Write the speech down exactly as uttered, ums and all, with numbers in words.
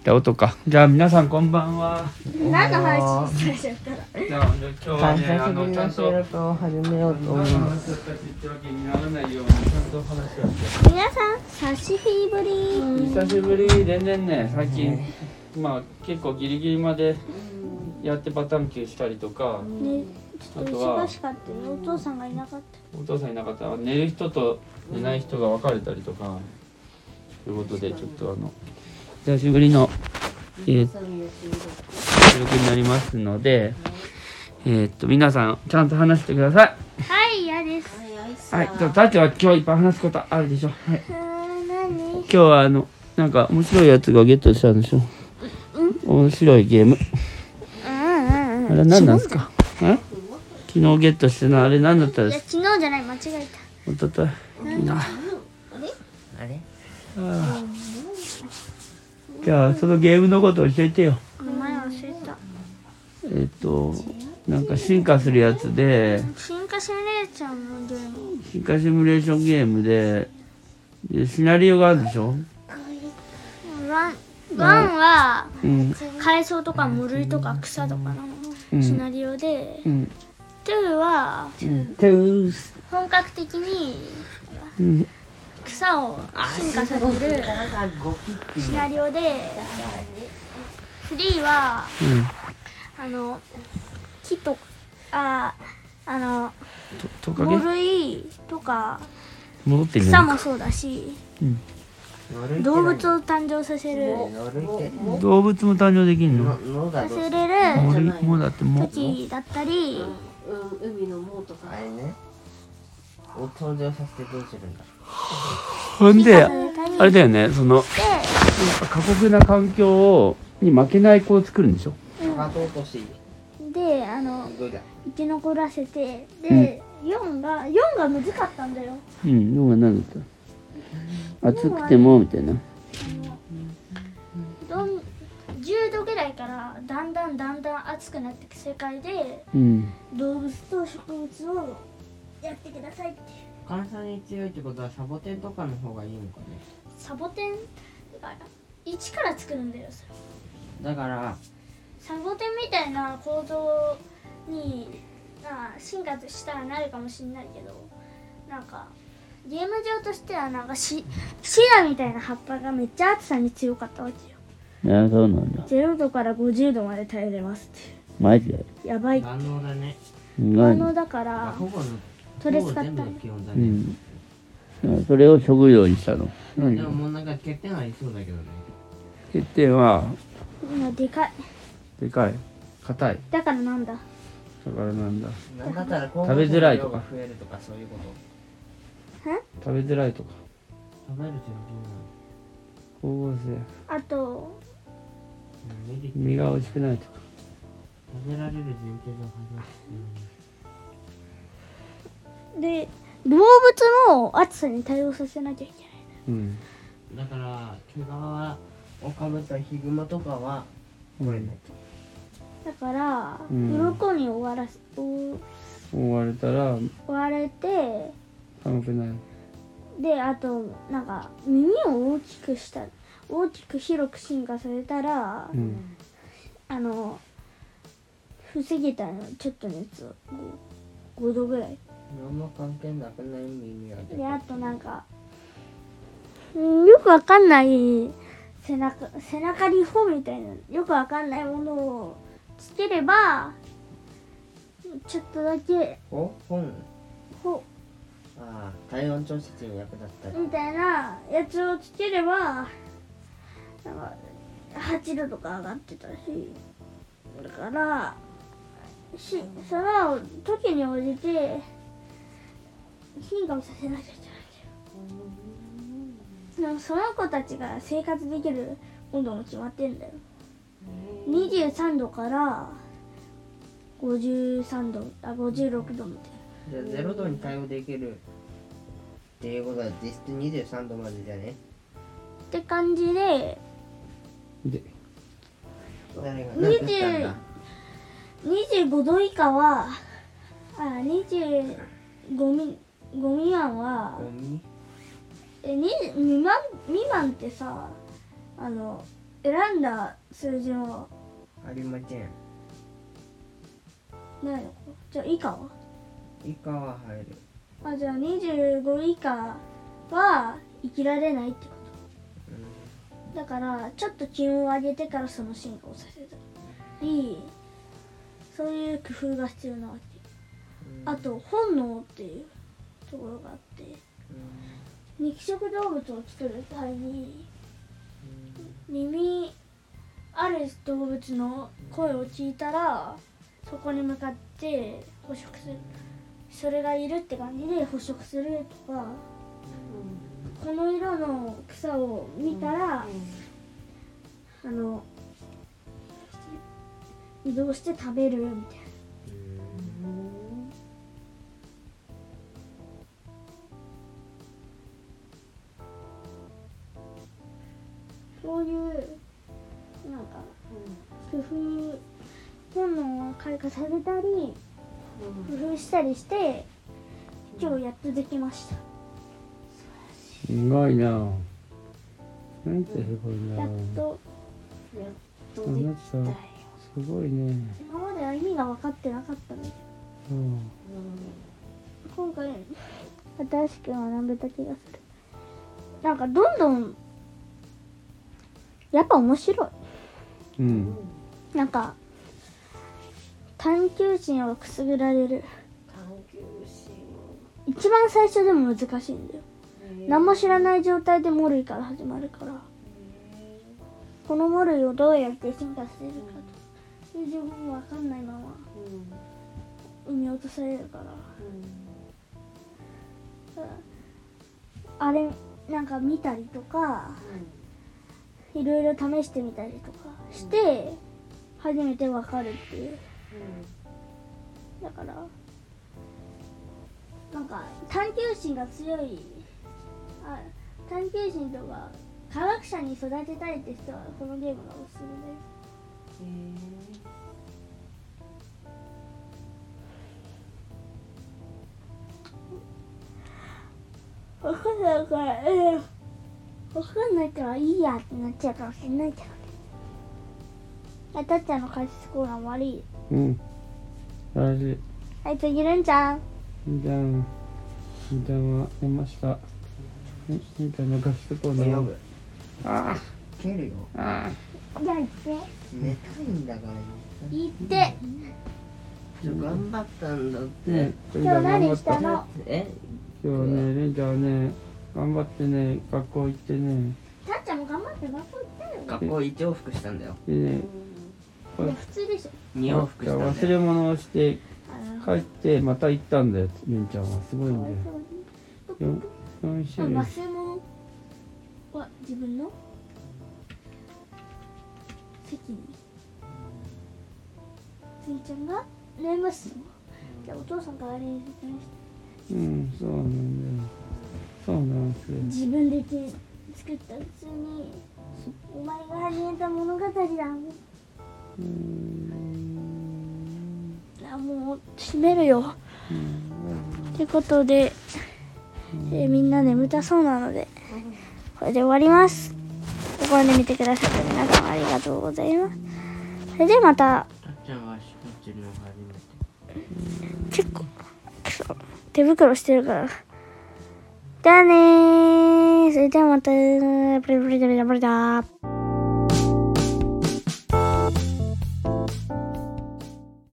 じゃあ音か。じゃあ皆さんこんばんは。 何の話されちゃったら。 じゃあ今日はね、あのちゃんと収録を始めようと思います。 ってわけにならないようにちゃんと話をして。 皆さん久しぶり。 久しぶり。全然ね、最近まあ結構ギリギリまでやってパターン級したりとか。 ね、ちょっと忙しかったよ。お父さんがいなかった。 お父さんいなかった。寝る人と寝ない人が分かれたりとか。ということでちょっとあの久しぶりの、えー、収録になりますので、えー、っと皆さんちゃんと話してください。 はい、嫌です。 はい、じゃあタッチは今日いっぱい話すことあるでしょ。はい。 何？ 今日はあのなんか面白いやつがゲットしたんでしょ。面白いゲーム。あれ何なんですか？え？昨日ゲットしてのあれ何だったんですか？ 昨日じゃない、間違えた。 おととい。昨日。 あれ？ ああ。じゃあそのゲームのこと教えてよ。 名前忘れた。 えっとなんか進化するやつで、 進化シミュレーションのゲーム。 進化シミュレーションゲームで、でシナリオがあるでしょ。 ワン、ワンはうん。 海藻とか森とか草とかのシナリオで、 うん。 ツーはうん。トゥース。 本格的にうん。 草を進化させるシナリオで、スリーはあの木とああのとトカゲ？ 森とか戻ってんじゃ草ないか。 もそうだし、 うん。 動物を誕生させる動物も誕生できんの？ させれる森もだってもう。 時だったり、 海の藻とかあれね。を登場させてどうするんだ。 ほんで、 進化させたりあれだよね、そので、 過酷な環境をに負けない子を作るんでしょ。 ガトウとし。 であのどうだ。 生き残らせて、で、よんがよんが難かったんだよ。 うん、要は何だった？暑くてもみたいな。 どんじゅうどぐらいからだんだんだんだん暑くなっていく世界で、 うん。 動物と植物をやってくださいっていう。 寒さに強いってことはサボテンとかの方がいいのかね。 サボテンが一から作るんだよ。それだからサボテンみたいな構造にな進化したらなるかもしれないけど、なんかゲーム上としてはなんかシシダみたいな葉っぱがめっちゃ暑さに強かったわけよ。 ああ、そうなんだ。 ゼロどからごじゅうどまで耐えれますっていう。 マジで。 やばい。 万能だね。 万能だからほぼの取れ使った全部んだ。 気温だね。 うん。それを職業にしたの。 でももうなんか欠点ありそうだけどね。 欠点は今でかい。 でかい、硬い。 だからなんだ。 だからなんだ。 なんだったら食べづらいとかが増えるとかそういうこと。 ん？ 食べづらいとか。 食べる光合成。 あと前提身が美味しくないとか。 食べられる前提が話で動物も暑さに対応させなきゃいけない。 うん。 だから毛皮をかぶったヒグマとかはこれね。 だから、 うん、 鱗に覆わらせ覆覆われたらわれて、 寒くない。 であとなんか耳を大きくした大きく広く進化されたら、 うん、 あの防げたのちょっと熱をごどぐらい何も関係なくない耳がで、あとなんかうんよくわかんない背中背中に帆みたいなよくわかんないものをつければちょっとだけお本帆ああ体温調節に役立ったりみたいなやつをつければなんかはちどとか上がってたし、だからしその時に応じて進化をさせなきゃいけないんだよ。その子たちが生活できる温度も決まってんだよ。にじゅうさんどからごじゅうさんどあごじゅうろくどみたいな。 じゃあゼロどに対応できるっていうことは実質にじゅうさんどまでじゃねって感じでで誰がにじゅう にじゅうごど以下はあにじゅうごみご未満はゴミえに未満未満ってさあの選んだ数字はありません。 ないのか。じゃあ以下は？ 以下は入る。 あ、じゃあにじゅうご以下は生きられないってこと。だからちょっと気温を上げてからその進化をさせたり、そういう工夫が必要なわけ。あと本能っていうところがあって、肉食動物を作る際に耳ある動物の声を聞いたらそこに向かって捕食する、それがいるって感じで捕食するとか、この色の草を見たらあの移動して食べるみたいな。そういうなんか工夫、本能を開花させたり工夫したりして今日やっとできました。 すごいな。なんてすごいな。 やっとやっとあなできたよ。 たすごいね。 今までは意味が分かってなかったので、 うん今回新しく学べた気がする。なんかどんどんやっぱ面白い。 うんなんか探求心をくすぐられる。 探求心一番最初でも難しいんだよ。何も知らない状態でモルイから始まるから、このモルイをどうやって進化させるかという情報も分かんないまま産み落とされるから、あれなんか見たりとかいろいろ試してみたりとかして初めて分かるっていう。だからなんか探求心が強い、あ探求心とか科学者に育てたいって人はこのゲームがおすすめだよ。分かんないから、えー、分かんないからいいやってなっちゃうかもしれないけどね。あたっちゃんの解説コーナー悪い。 うん大事。 はい、次るんちゃん。 じゃんじゃんは寝ました。みみたいな合宿を読む。 あ蹴るよ。 ああじゃあ行って寝たいんだから。 行ってちょ頑張ったんだって。 ね今日何したの？ え？ 今日ねレンちゃんはね頑張ってね学校行ってねたっちゃんも頑張って学校行ったよ。 学校一往復したんだよ。 でねいや普通でしょ。 二往復したんだよ。 忘れ物をしてあの帰ってまた行ったんだよレンちゃんはすごいんだよ。よん種類。 忘れ物は自分の席についちゃんが寝ますの。じゃあお父さんから練習しましうんそうなんだよ。そうなんですよ。 自分で手作った普通にお前が始めた物語だ。 うーんあもう閉めるよ。ということで、えーみんな眠たそうなのでこれで終わります。ここまで見てくださった皆さんありがとうございます。それではまた。 たっちゃんはしこっちの初めて。 結構そう手袋してるから。じゃあねー。それではまた。プリプリプリプリプリ